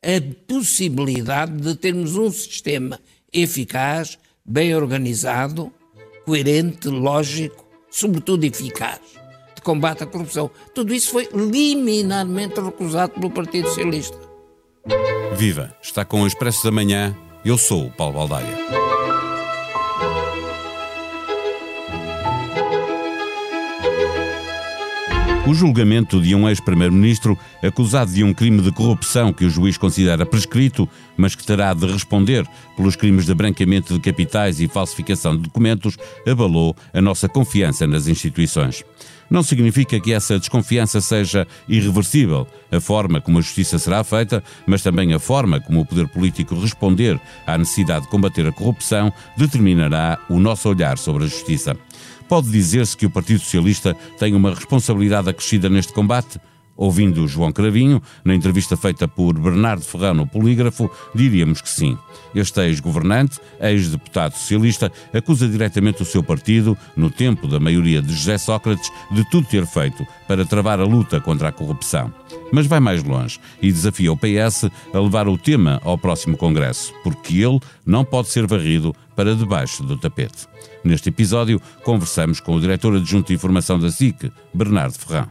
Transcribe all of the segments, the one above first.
a possibilidade de termos um sistema eficaz, bem organizado, coerente, lógico, sobretudo eficaz, de combate à corrupção. Tudo isso foi liminarmente recusado pelo Partido Socialista. Viva! Está com o Expresso da Manhã. Eu sou o Paulo Baldaia. O julgamento de um ex-primeiro-ministro acusado de um crime de corrupção que o juiz considera prescrito, mas que terá de responder pelos crimes de branqueamento de capitais e falsificação de documentos, abalou a nossa confiança nas instituições. Não significa que essa desconfiança seja irreversível, a forma como a justiça será feita, mas também a forma como o poder político responder à necessidade de combater a corrupção determinará o nosso olhar sobre a justiça. Pode dizer-se que o Partido Socialista tem uma responsabilidade acrescida neste combate? Ouvindo João Cravinho, na entrevista feita por Bernardo Ferrão no Polígrafo, diríamos que sim. Este ex-governante, ex-deputado socialista, acusa diretamente o seu partido, no tempo da maioria de José Sócrates, de tudo ter feito para travar a luta contra a corrupção. Mas vai mais longe e desafia o PS a levar o tema ao próximo Congresso, porque ele não pode ser varrido para debaixo do tapete. Neste episódio, conversamos com o diretor adjunto de informação da SIC, Bernardo Ferrão.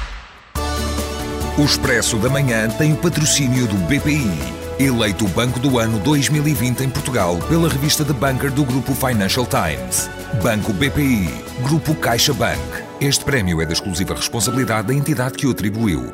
O Expresso da Manhã tem o patrocínio do BPI, eleito o Banco do Ano 2020 em Portugal pela revista The Banker do Grupo Financial Times. Banco BPI, Grupo CaixaBank. Este prémio é da exclusiva responsabilidade da entidade que o atribuiu.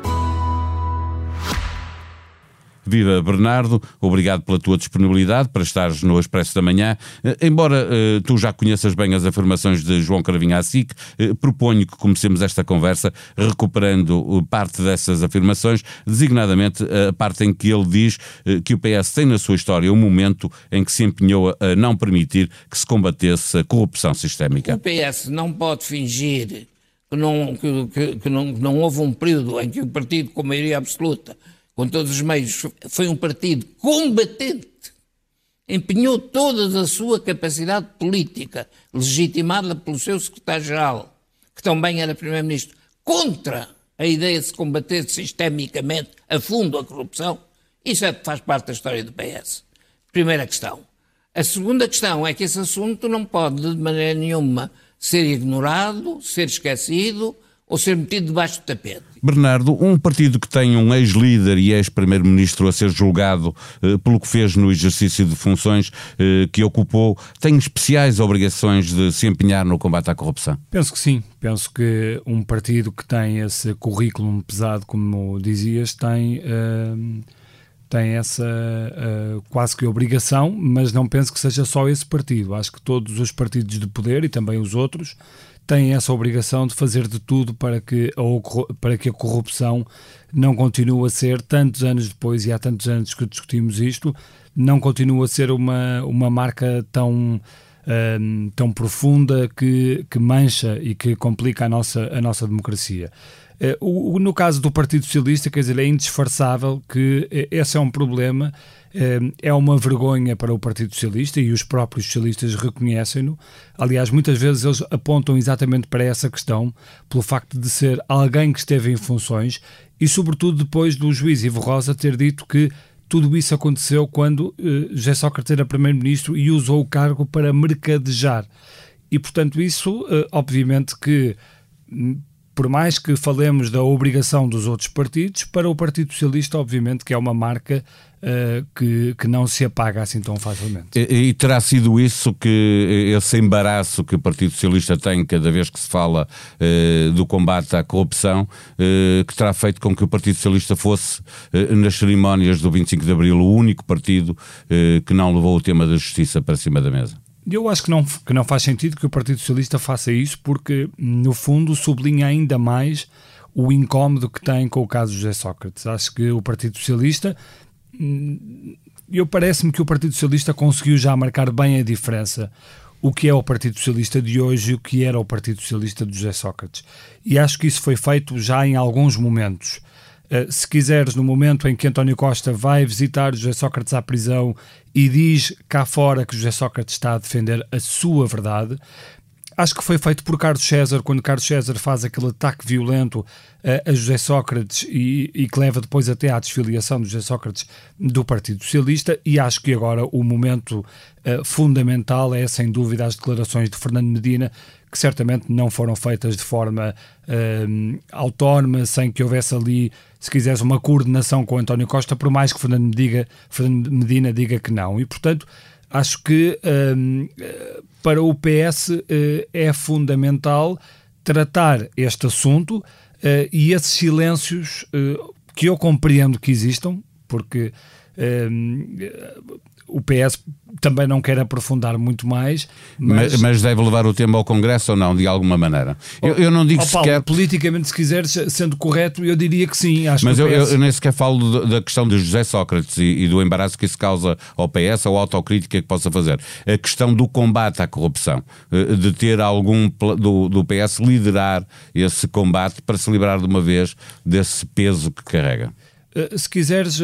Viva Bernardo, obrigado pela tua disponibilidade para estares no Expresso da Manhã. Embora tu já conheças bem as afirmações de João Cravinho à SIC, proponho que comecemos esta conversa recuperando parte dessas afirmações, designadamente a parte em que ele diz que o PS tem na sua história um momento em que se empenhou a não permitir que se combatesse a corrupção sistémica. O PS não pode fingir que não houve um período em que o partido com maioria absoluta, com todos os meios, foi um partido combatente, empenhou toda a sua capacidade política, legitimada pelo seu secretário-geral, que também era primeiro-ministro, contra a ideia de se combater sistemicamente, a fundo, a corrupção. Isso faz parte da história do PS. Primeira questão. A segunda questão é que esse assunto não pode, de maneira nenhuma, ser ignorado, ser esquecido ou ser metido debaixo do tapete. Bernardo, um partido que tem um ex-líder e ex-primeiro-ministro a ser julgado pelo que fez no exercício de funções que ocupou, tem especiais obrigações de se empenhar no combate à corrupção? Penso que sim. Penso que um partido que tem esse currículo pesado, como dizias, tem essa quase que obrigação, mas não penso que seja só esse partido. Acho que todos os partidos de poder e também os outros têm essa obrigação de fazer de tudo para que a corrupção não continue a ser, tantos anos depois, e há tantos anos que discutimos isto, não continue a ser uma marca tão profunda que mancha e que complica a nossa democracia. No caso do Partido Socialista, quer dizer, é indisfarçável que esse é um problema, é uma vergonha para o Partido Socialista e os próprios socialistas reconhecem-no. Aliás, muitas vezes eles apontam exatamente para essa questão, pelo facto de ser alguém que esteve em funções e, sobretudo, depois do juiz Ivo Rosa ter dito que tudo isso aconteceu quando José Sócrates era primeiro-ministro e usou o cargo para mercadejar. E, portanto, isso, obviamente que, por mais que falemos da obrigação dos outros partidos, para o Partido Socialista, obviamente, que é uma marca que não se apaga assim tão facilmente. E terá sido isso, que esse embaraço que o Partido Socialista tem cada vez que se fala do combate à corrupção, que terá feito com que o Partido Socialista fosse, nas cerimónias do 25 de Abril, o único partido que não levou o tema da justiça para cima da mesa? Eu acho que não faz sentido que o Partido Socialista faça isso, porque, no fundo, sublinha ainda mais o incómodo que tem com o caso de José Sócrates. Acho que o Partido Socialista, parece-me que o Partido Socialista conseguiu já marcar bem a diferença, o que é o Partido Socialista de hoje e o que era o Partido Socialista de José Sócrates. E acho que isso foi feito já em alguns momentos. Se quiseres, no momento em que António Costa vai visitar José Sócrates à prisão e diz cá fora que José Sócrates está a defender a sua verdade, Acho que foi feito por Carlos César, quando Carlos César faz aquele ataque violento a José Sócrates e que leva depois até à desfiliação de José Sócrates do Partido Socialista, e acho que agora o momento fundamental é, sem dúvida, as declarações de Fernando Medina, que certamente não foram feitas de forma autónoma, sem que houvesse ali, se quiseres, uma coordenação com António Costa, por mais que Fernando Medina diga que não. E, portanto, acho que para o PS é fundamental tratar este assunto e esses silêncios que eu compreendo que existam, porque o PS também não quer aprofundar muito mais. Mas deve levar o tema ao Congresso ou não, de alguma maneira? Eu não digo Paulo, sequer... politicamente, se quiseres, sendo correto, eu diria que sim. Acho mas que eu nem sequer falo da questão de José Sócrates e do embaraço que isso causa ao PS, ou a autocrítica que possa fazer. A questão do combate à corrupção, de ter algum do PS liderar esse combate para se livrar de uma vez desse peso que carrega. Se quiseres,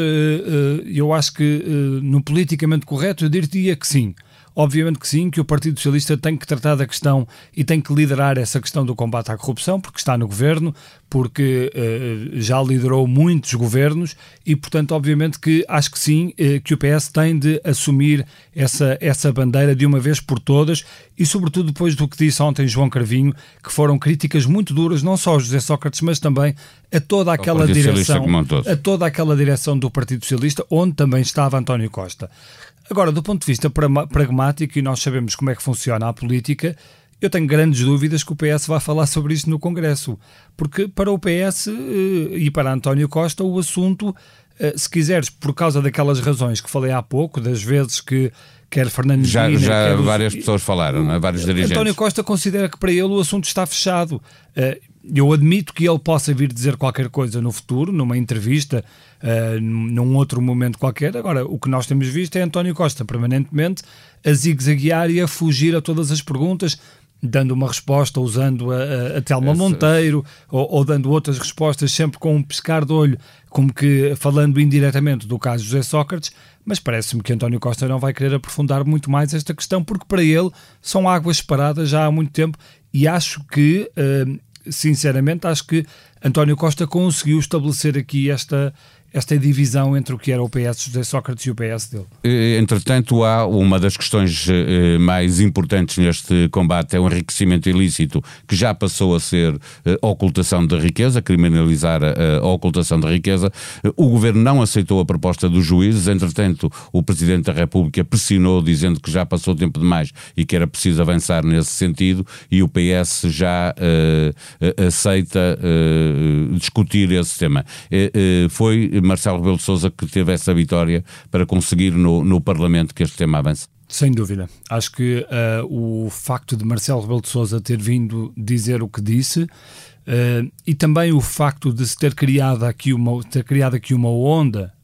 eu acho que no politicamente correto eu diria que sim. Obviamente que sim, que o Partido Socialista tem que tratar da questão e tem que liderar essa questão do combate à corrupção, porque está no governo, porque já liderou muitos governos e, portanto, obviamente que acho que sim, que o PS tem de assumir essa bandeira de uma vez por todas e, sobretudo, depois do que disse ontem João Cravinho, que foram críticas muito duras, não só a José Sócrates, mas também a toda aquela direção do Partido Socialista, onde também estava António Costa. Agora, do ponto de vista pragmático, e nós sabemos como é que funciona a política, eu tenho grandes dúvidas que o PS vai falar sobre isto no Congresso, porque para o PS e para António Costa o assunto, se quiseres, por causa daquelas razões que falei há pouco, das vezes que quer Fernando Medina... Já várias pessoas falaram, não é? Vários dirigentes. António Costa considera que para ele o assunto está fechado. Eu admito que ele possa vir dizer qualquer coisa no futuro, numa entrevista, num outro momento qualquer. Agora, o que nós temos visto é António Costa permanentemente a zigue-zaguear e a fugir a todas as perguntas, dando uma resposta usando a Telma Monteiro ou dando outras respostas sempre com um piscar de olho, como que falando indiretamente do caso José Sócrates, mas parece-me que António Costa não vai querer aprofundar muito mais esta questão, porque para ele são águas separadas já há muito tempo e acho que... sinceramente, acho que António Costa conseguiu estabelecer aqui esta divisão entre o que era o PS José Sócrates e o PS dele. Entretanto, há uma das questões mais importantes neste combate, é o enriquecimento ilícito, que já passou a ser ocultação da riqueza, criminalizar a ocultação da riqueza. O Governo não aceitou a proposta dos juízes, entretanto, o Presidente da República pressionou, dizendo que já passou tempo demais e que era preciso avançar nesse sentido, e o PS já aceita discutir esse tema. Foi Marcelo Rebelo de Sousa que teve essa vitória para conseguir no Parlamento que este tema avance? Sem dúvida. Acho que o facto de Marcelo Rebelo de Sousa ter vindo dizer o que disse e também o facto de se ter criado aqui uma onda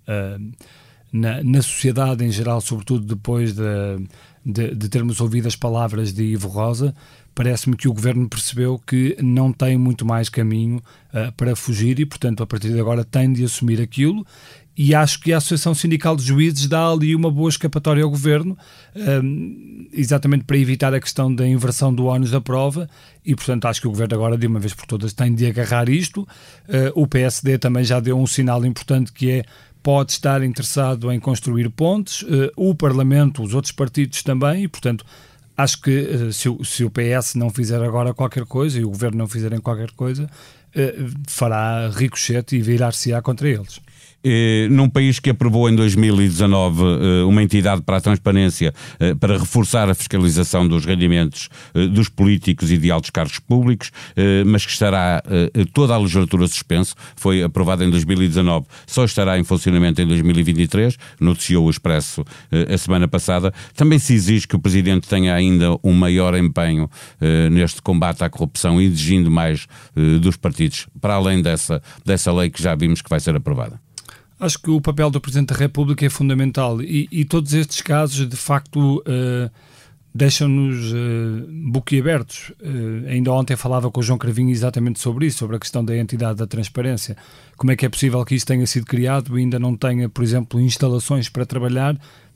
na sociedade em geral, sobretudo depois de termos ouvido as palavras de Ivo Rosa, parece-me que o Governo percebeu que não tem muito mais caminho para fugir e, portanto, a partir de agora tem de assumir aquilo, e acho que a Associação Sindical de Juízes dá ali uma boa escapatória ao Governo, exatamente para evitar a questão da inversão do ónus da prova, e, portanto, acho que o Governo agora, de uma vez por todas, tem de agarrar isto. O PSD também já deu um sinal importante, que é pode estar interessado em construir pontes, o Parlamento, os outros partidos também, e, portanto, acho que se o PS não fizer agora qualquer coisa e o Governo não fizerem qualquer coisa, fará ricochete e virar-se-á contra eles. Num país que aprovou em 2019 uma entidade para a transparência para reforçar a fiscalização dos rendimentos dos políticos e de altos cargos públicos, mas que estará toda a legislatura suspenso, foi aprovada em 2019, só estará em funcionamento em 2023, noticiou o Expresso a semana passada. Também se exige que o Presidente tenha ainda um maior empenho neste combate à corrupção, exigindo mais dos partidos, para além dessa lei que já vimos que vai ser aprovada. Acho que o papel do Presidente da República é fundamental e todos estes casos, de facto, deixam-nos boquiabertos. Ainda ontem falava com o João Cravinho exatamente sobre isso, sobre a questão da entidade da transparência. Como é que é possível que isso tenha sido criado e ainda não tenha, por exemplo, instalações para trabalhar?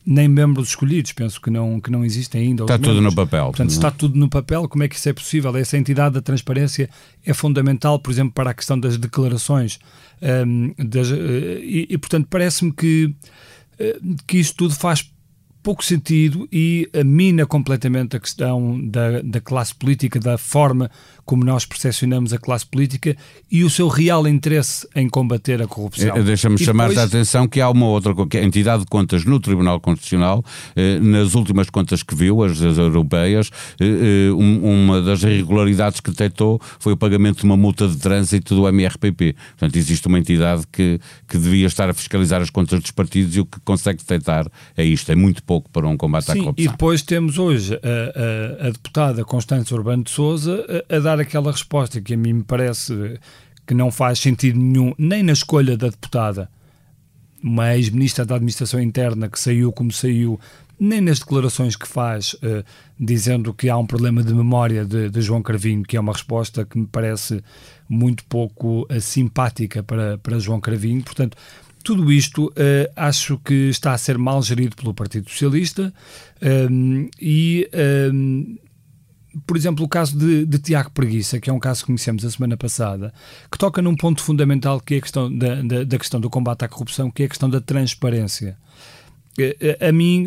nem membros escolhidos, penso que não existem ainda. Está tudo no papel. Portanto, está tudo no papel. Como é que isso é possível? Essa entidade da transparência é fundamental, por exemplo, para a questão das declarações. Portanto, parece-me que isso tudo faz pouco sentido e mina completamente a questão da classe política, da forma como nós percepcionamos a classe política e o seu real interesse em combater a corrupção. Deixa-me chamar-te a atenção que há uma outra que a entidade de contas no Tribunal Constitucional, nas últimas contas que viu, as europeias, uma das irregularidades que detectou foi o pagamento de uma multa de trânsito do MRPP. Portanto, existe uma entidade que devia estar a fiscalizar as contas dos partidos e o que consegue detectar é isto, é muito pouco para um combate à corrupção. E depois temos hoje a deputada Constância Urbano de Sousa a dar aquela resposta que a mim me parece que não faz sentido nenhum, nem na escolha da deputada, uma ex-ministra da Administração Interna que saiu como saiu, nem nas declarações que faz, dizendo que há um problema de memória de João Cravinho, que é uma resposta que me parece muito pouco simpática para João Cravinho. Portanto, tudo isto acho que está a ser mal gerido pelo Partido Socialista por exemplo, o caso de Tiago Preguiça, que é um caso que conhecemos a semana passada, que toca num ponto fundamental que é a questão da questão do combate à corrupção, que é a questão da transparência. A mim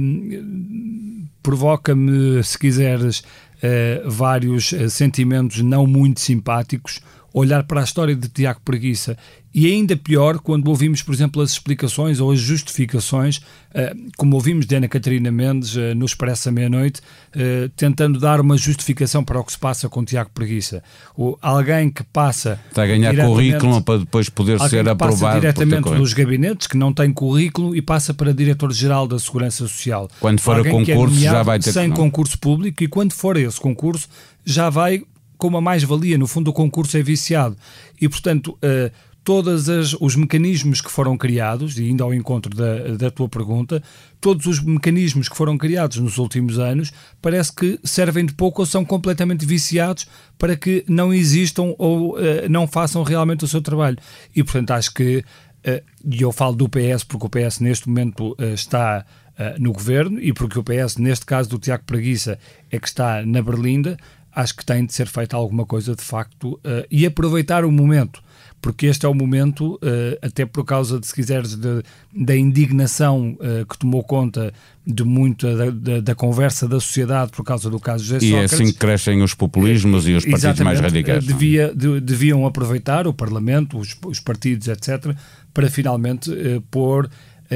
provoca-me, se quiseres, vários sentimentos não muito simpáticos olhar para a história de Tiago Preguiça e ainda pior quando ouvimos, por exemplo, as explicações ou as justificações, como ouvimos de Ana Catarina Mendes no Expresso à Meia-Noite, tentando dar uma justificação para o que se passa com Tiago Preguiça. Alguém que passa... Está a ganhar currículo para depois poder ser aprovado. Passa diretamente dos gabinetes, que não tem currículo, e passa para Diretor-Geral da Segurança Social. Quando for a concurso já vai ter... Sem concurso público, e quando for esse concurso já vai com uma mais-valia. No fundo, o concurso é viciado. E, portanto, todos os mecanismos que foram criados, e ainda ao encontro da tua pergunta, todos os mecanismos que foram criados nos últimos anos parece que servem de pouco ou são completamente viciados para que não existam ou não façam realmente o seu trabalho. E, portanto, acho que, e eu falo do PS porque o PS neste momento está no governo e porque o PS, neste caso do Tiago Preguiça, é que está na berlinda. Acho que tem de ser feita alguma coisa de facto e aproveitar o momento, porque este é o momento, até por causa de, se quiseres, da indignação que tomou conta de muita da conversa da sociedade por causa do caso José Sócrates. E é assim que crescem os populismos e os partidos mais radicais. Deviam aproveitar o Parlamento, os partidos, etc., para finalmente pôr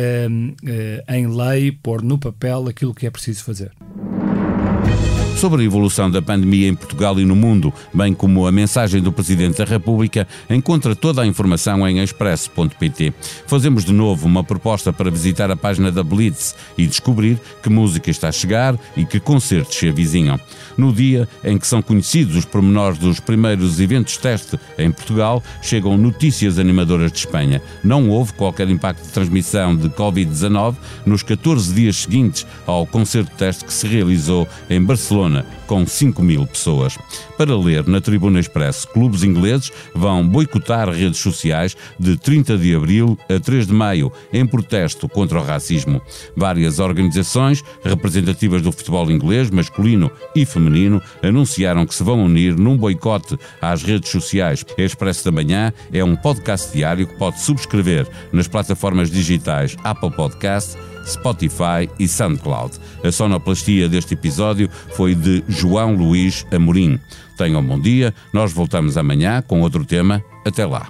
em lei, pôr no papel aquilo que é preciso fazer. Sobre a evolução da pandemia em Portugal e no mundo, bem como a mensagem do Presidente da República, encontra toda a informação em expresso.pt. Fazemos de novo uma proposta para visitar a página da Blitz e descobrir que música está a chegar e que concertos se avizinham. No dia em que são conhecidos os pormenores dos primeiros eventos teste em Portugal, chegam notícias animadoras de Espanha. Não houve qualquer impacto de transmissão de Covid-19 nos 14 dias seguintes ao concerto teste que se realizou em Barcelona, com 5.000 pessoas. Para ler na Tribuna Expresso, clubes ingleses vão boicotar redes sociais de 30 de abril a 3 de maio, em protesto contra o racismo. Várias organizações representativas do futebol inglês, masculino e feminino, anunciaram que se vão unir num boicote às redes sociais. A Expresso da Manhã é um podcast diário que pode subscrever nas plataformas digitais Apple Podcast, Spotify e SoundCloud. A sonoplastia deste episódio foi de João Luís Amorim. Tenham um bom dia, nós voltamos amanhã com outro tema. Até lá.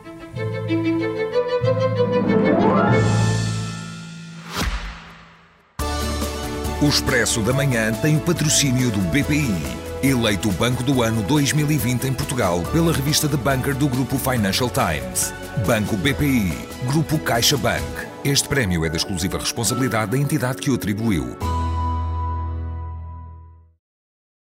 O Expresso da Manhã tem o patrocínio do BPI, eleito o Banco do Ano 2020 em Portugal pela revista The Banker do Grupo Financial Times. Banco BPI, Grupo CaixaBank. Este prémio é da exclusiva responsabilidade da entidade que o atribuiu.